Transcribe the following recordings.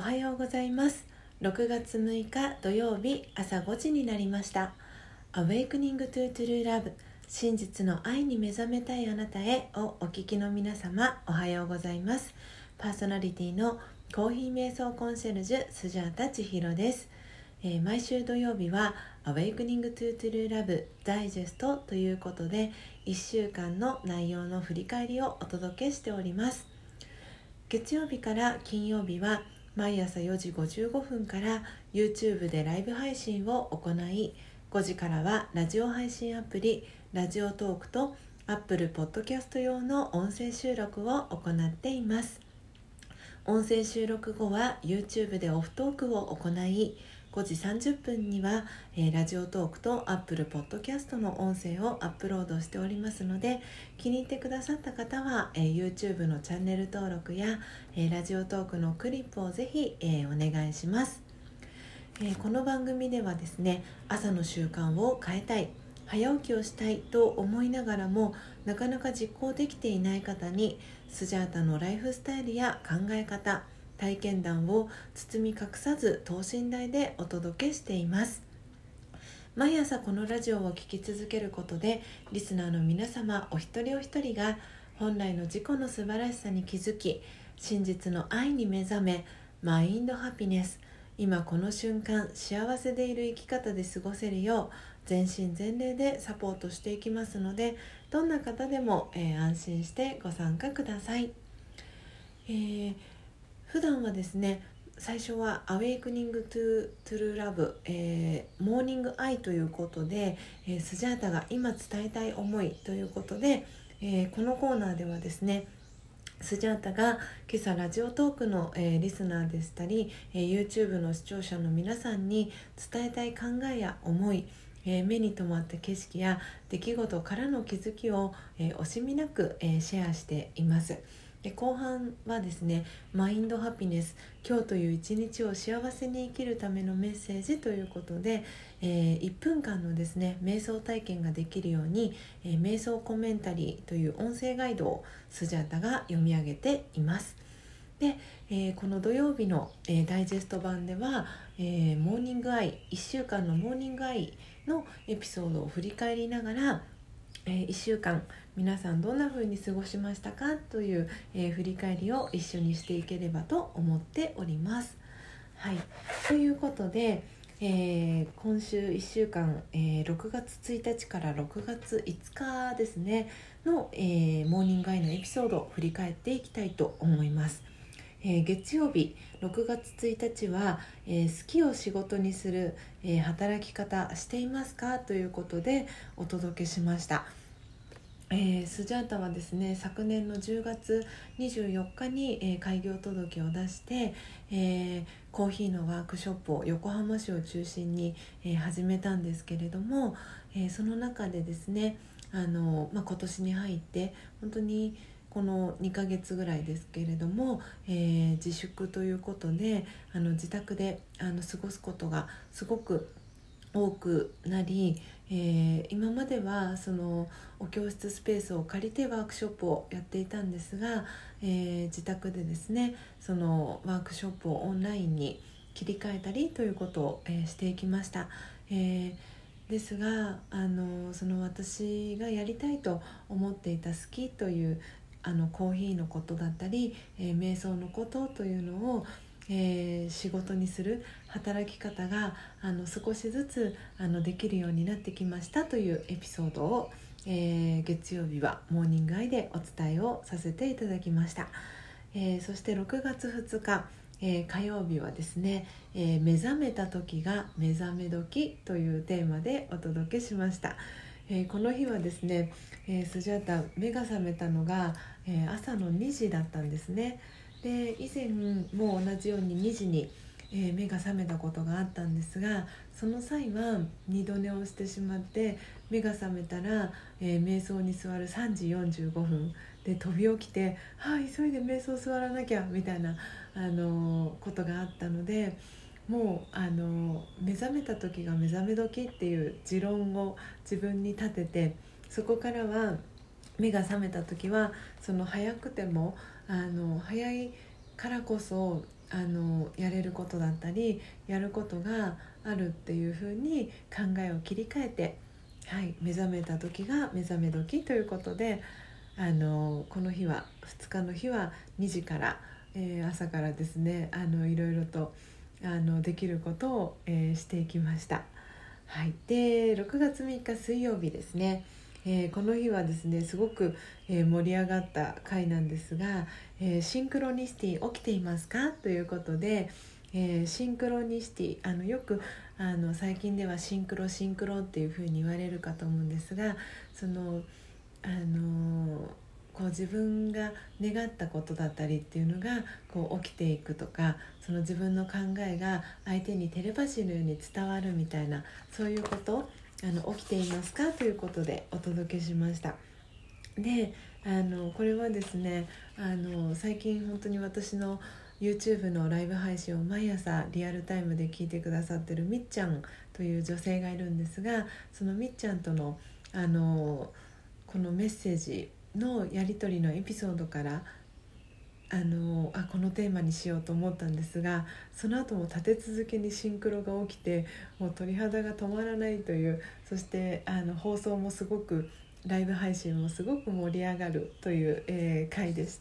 おはようございます。6月6日土曜日朝5時になりました。 Awakening to True Love 真実の愛に目覚めたいあなたへをお聞きの皆様、おはようございます。パーソナリティのコーヒー瞑想コンシェルジュスジャータ千尋です。毎週土曜日は Awakening to True Love ダイジェストということで1週間の内容の振り返りをお届けしております。月曜日から金曜日は毎朝4時55分から YouTube でライブ配信を行い、5時からはラジオ配信アプリラジオトークと Apple Podcast 用の音声収録を行っています。音声収録後は YouTube でオフトークを行い、5時30分には、ラジオトークと Apple Podcast の音声をアップロードしておりますので、気に入ってくださった方は、YouTube のチャンネル登録や、ラジオトークのクリップをぜひ、お願いします。この番組ではですね、朝の習慣を変えたい、早起きをしたいと思いながらもなかなか実行できていない方に、スジャータのライフスタイルや考え方、体験談を包み隠さず等身大でお届けしています。毎朝このラジオを聴き続けることで、リスナーの皆様お一人お一人が本来の自己の素晴らしさに気づき、真実の愛に目覚め、マインドハピネス、今この瞬間幸せでいる生き方で過ごせるよう全身全霊でサポートしていきますので、どんな方でも、安心してご参加ください。普段はですね、最初は Awakening to True Love、モーニングアイということで、スジャータが今伝えたい思いということで、このコーナーではですね、スジャータが今朝ラジオトークの、リスナーでしたり、YouTube の視聴者の皆さんに伝えたい考えや思い、目に留まった景色や出来事からの気づきを、惜しみなく、シェアしています。で、後半はですね、マインドハピネス、今日という一日を幸せに生きるためのメッセージということで、1分間のですね瞑想体験ができるように、瞑想コメンタリーという音声ガイドをスジャータが読み上げています。で、この土曜日の、ダイジェスト版では、モーニングアイ、1週間のモーニングアイのエピソードを振り返りながら、1週間皆さんどんな風に過ごしましたかという、振り返りを一緒にしていければと思っております。はい、ということで、今週1週間、6月1日から6月5日ですねの、モーニングアイのエピソードを振り返っていきたいと思います。月曜日6月1日は、好きを仕事にする、働き方していますかということでお届けしました。スジャータはですね、昨年の10月24日に、開業届を出して、コーヒーのワークショップを横浜市を中心に、始めたんですけれども、その中でですね、今年に入って本当にこの2ヶ月ぐらいですけれども、自粛ということで自宅で過ごすことがすごく多くなり、今まではそのお教室スペースを借りてワークショップをやっていたんですが、自宅でですねそのワークショップをオンラインに切り替えたりということを、していきました。ですがその私がやりたいと思っていた好きというコーヒーのことだったり、瞑想のことというのを、仕事にする働き方が少しずつできるようになってきましたというエピソードを、月曜日はモーニングアイでお伝えをさせていただきました。そして6月2日、火曜日はですね、目覚めた時が目覚め時というテーマでお届けしました。この日はですね、スジャータ目が覚めたのが、朝の2時だったんですね。で、以前も同じように2時に、目が覚めたことがあったんですが、その際は二度寝をしてしまって目が覚めたら、瞑想に座る3時45分で飛び起きて、急いで瞑想座らなきゃみたいなことがあったので、もう目覚めた時が目覚め時っていう持論を自分に立てて、そこからは目が覚めた時はその早くても早いからこそやれることだったりやることがあるっていうふうに考えを切り替えて、目覚めた時が目覚め時ということで、この日は2日の日は2時から、朝からですねいろいろとできることを、していきました。で6月3日水曜日ですね、この日はですねすごく、盛り上がった回なんですが、シンクロニシティ起きていますかということで、シンクロニシティよく最近ではシンクロっていうふうに言われるかと思うんですが、そのこう自分が願ったことだったりっていうのがこう起きていくとか、その自分の考えが相手にテレパシーのように伝わるみたいな、そういうこと起きていますかということでお届けしました。でこれはですね最近本当に私の YouTube のライブ配信を毎朝リアルタイムで聞いてくださってるみっちゃんという女性がいるんですが、そのみっちゃんとのこのメッセージのやり取りのエピソードからこのテーマにしようと思ったんですが、その後も立て続けにシンクロが起きてもう鳥肌が止まらないという、そして放送もすごくライブ配信もすごく盛り上がるという、回でした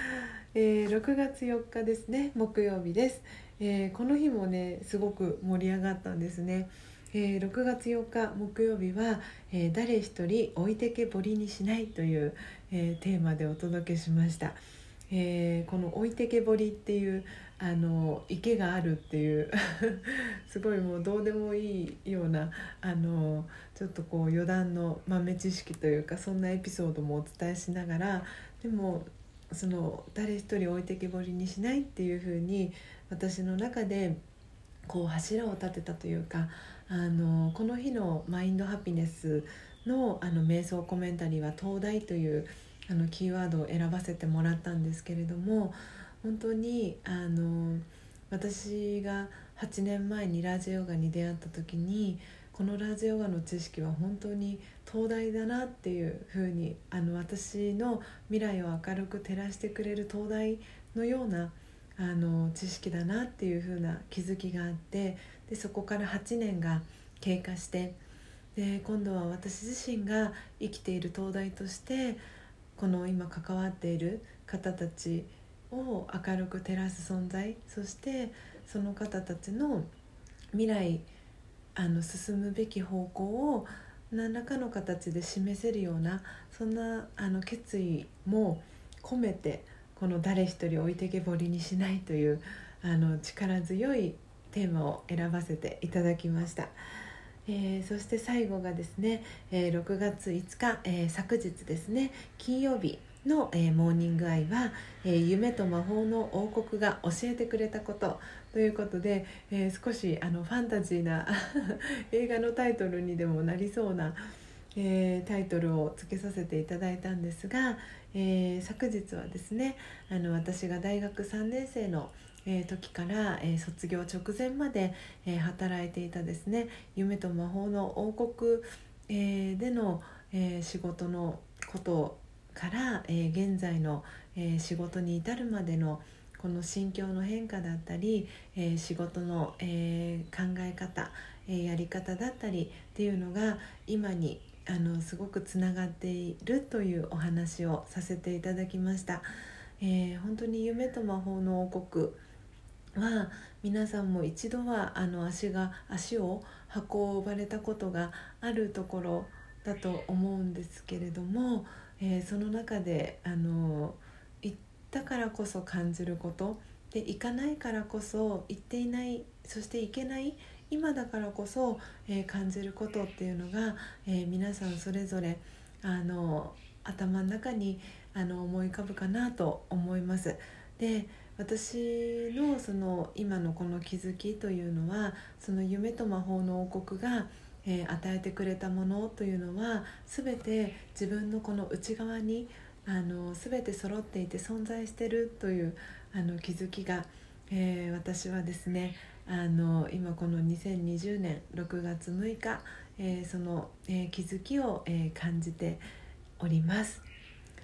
。6月4日ですね、木曜日です。この日もねすごく盛り上がったんですね。6月4日木曜日は、誰一人置いてけぼりにしないという、テーマでお届けしました。この置いてけぼりっていう池があるっていうすごいもうどうでもいいようなちょっとこう余談の豆知識というか、そんなエピソードもお伝えしながら、でもその誰一人置いてけぼりにしないっていう風に私の中でこう柱を立てたというか、この日のマインドハピネスの瞑想コメンタリーは東大というキーワードを選ばせてもらったんですけれども、本当に私が8年前にラージヨガに出会った時に、このラージヨガの知識は本当に東大だなっていうふうに私の未来を明るく照らしてくれる東大のような知識だなっていう風な気づきがあって、でそこから8年が経過して、で今度は私自身が生きている東大としてこの今関わっている方たちを明るく照らす存在、そしてその方たちの未来進むべき方向を何らかの形で示せるような、そんな決意も込めてこの誰一人置いてけぼりにしないという力強いテーマを選ばせていただきました。そして最後がですね、6月5日、昨日ですね金曜日の、モーニングアイは、夢と魔法の王国が教えてくれたことということで、少しファンタジーな映画のタイトルにでもなりそうな、タイトルをつけさせていただいたんですが、昨日はですね私が大学3年生の時から、卒業直前まで、働いていたですね夢と魔法の王国、での、仕事のことから、現在の、仕事に至るまでのこの心境の変化だったり、仕事の、考え方、やり方だったりっていうのが今にすごくつながっているというお話をさせていただきました。本当に夢と魔法の王国は皆さんも一度は足を運ばれたことがあるところだと思うんですけれども、その中で行ったからこそ感じることで、行かないからこそ行っていない、そして行けない今だからこそ、感じることっていうのが、皆さんそれぞれ頭の中に思い浮かぶかなと思います。で私のその今のこの気づきというのは、その夢と魔法の王国が、与えてくれたものというのは全て自分のこの内側に全て揃っていて存在しているという気づきが、私はですね今この2020年6月6日、その、気づきを、感じております。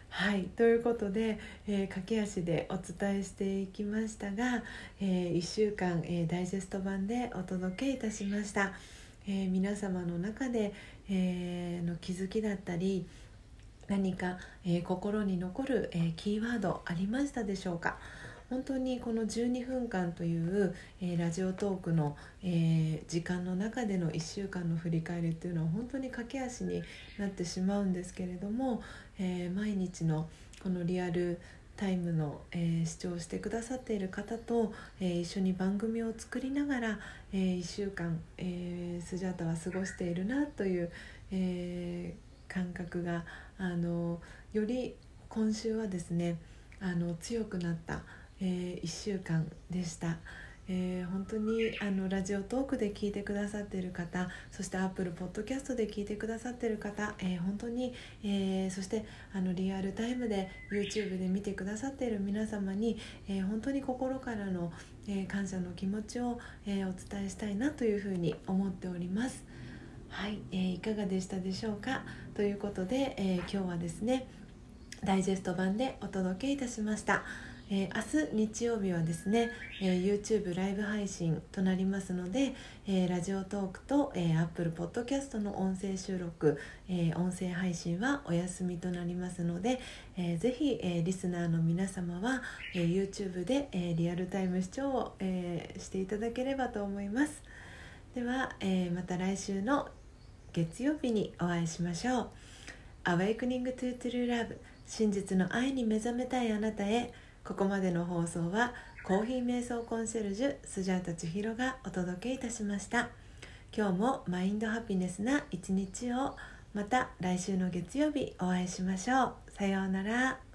はい、ということで、駆け足でお伝えしていきましたが、1週間、ダイジェスト版でお届けいたしました。皆様の中で、の気づきだったり何か、心に残る、キーワードありましたでしょうか。本当にこの12分間という、ラジオトークの、時間の中での1週間の振り返りというのは本当に駆け足になってしまうんですけれども、毎日のこのリアルタイムの、視聴してくださっている方と、一緒に番組を作りながら、1週間、スジャータは過ごしているなという、感覚がより今週はですね強くなった、1週間でした。本当にラジオトークで聞いてくださっている方、そして Apple Podcast で聞いてくださっている方、本当に、そしてリアルタイムで YouTube で見てくださっている皆様に、本当に心からの、感謝の気持ちを、お伝えしたいなというふうに思っております。はい、いかがでしたでしょうか。ということで、今日はですねダイジェスト版でお届けいたしました。明日日曜日はですね、YouTube ライブ配信となりますので、ラジオトークと、Apple Podcast の音声収録、音声配信はお休みとなりますので、ぜひ、リスナーの皆様は、YouTube で、リアルタイム視聴を、していただければと思います。では、また来週の月曜日にお会いしましょう。Awakening to True Love、 真実の愛に目覚めたいあなたへ。ここまでの放送はコーヒー瞑想コンシェルジュスジャータ千尋がお届けいたしました。今日もマインドハピネスな一日を。また来週の月曜日お会いしましょう。さようなら。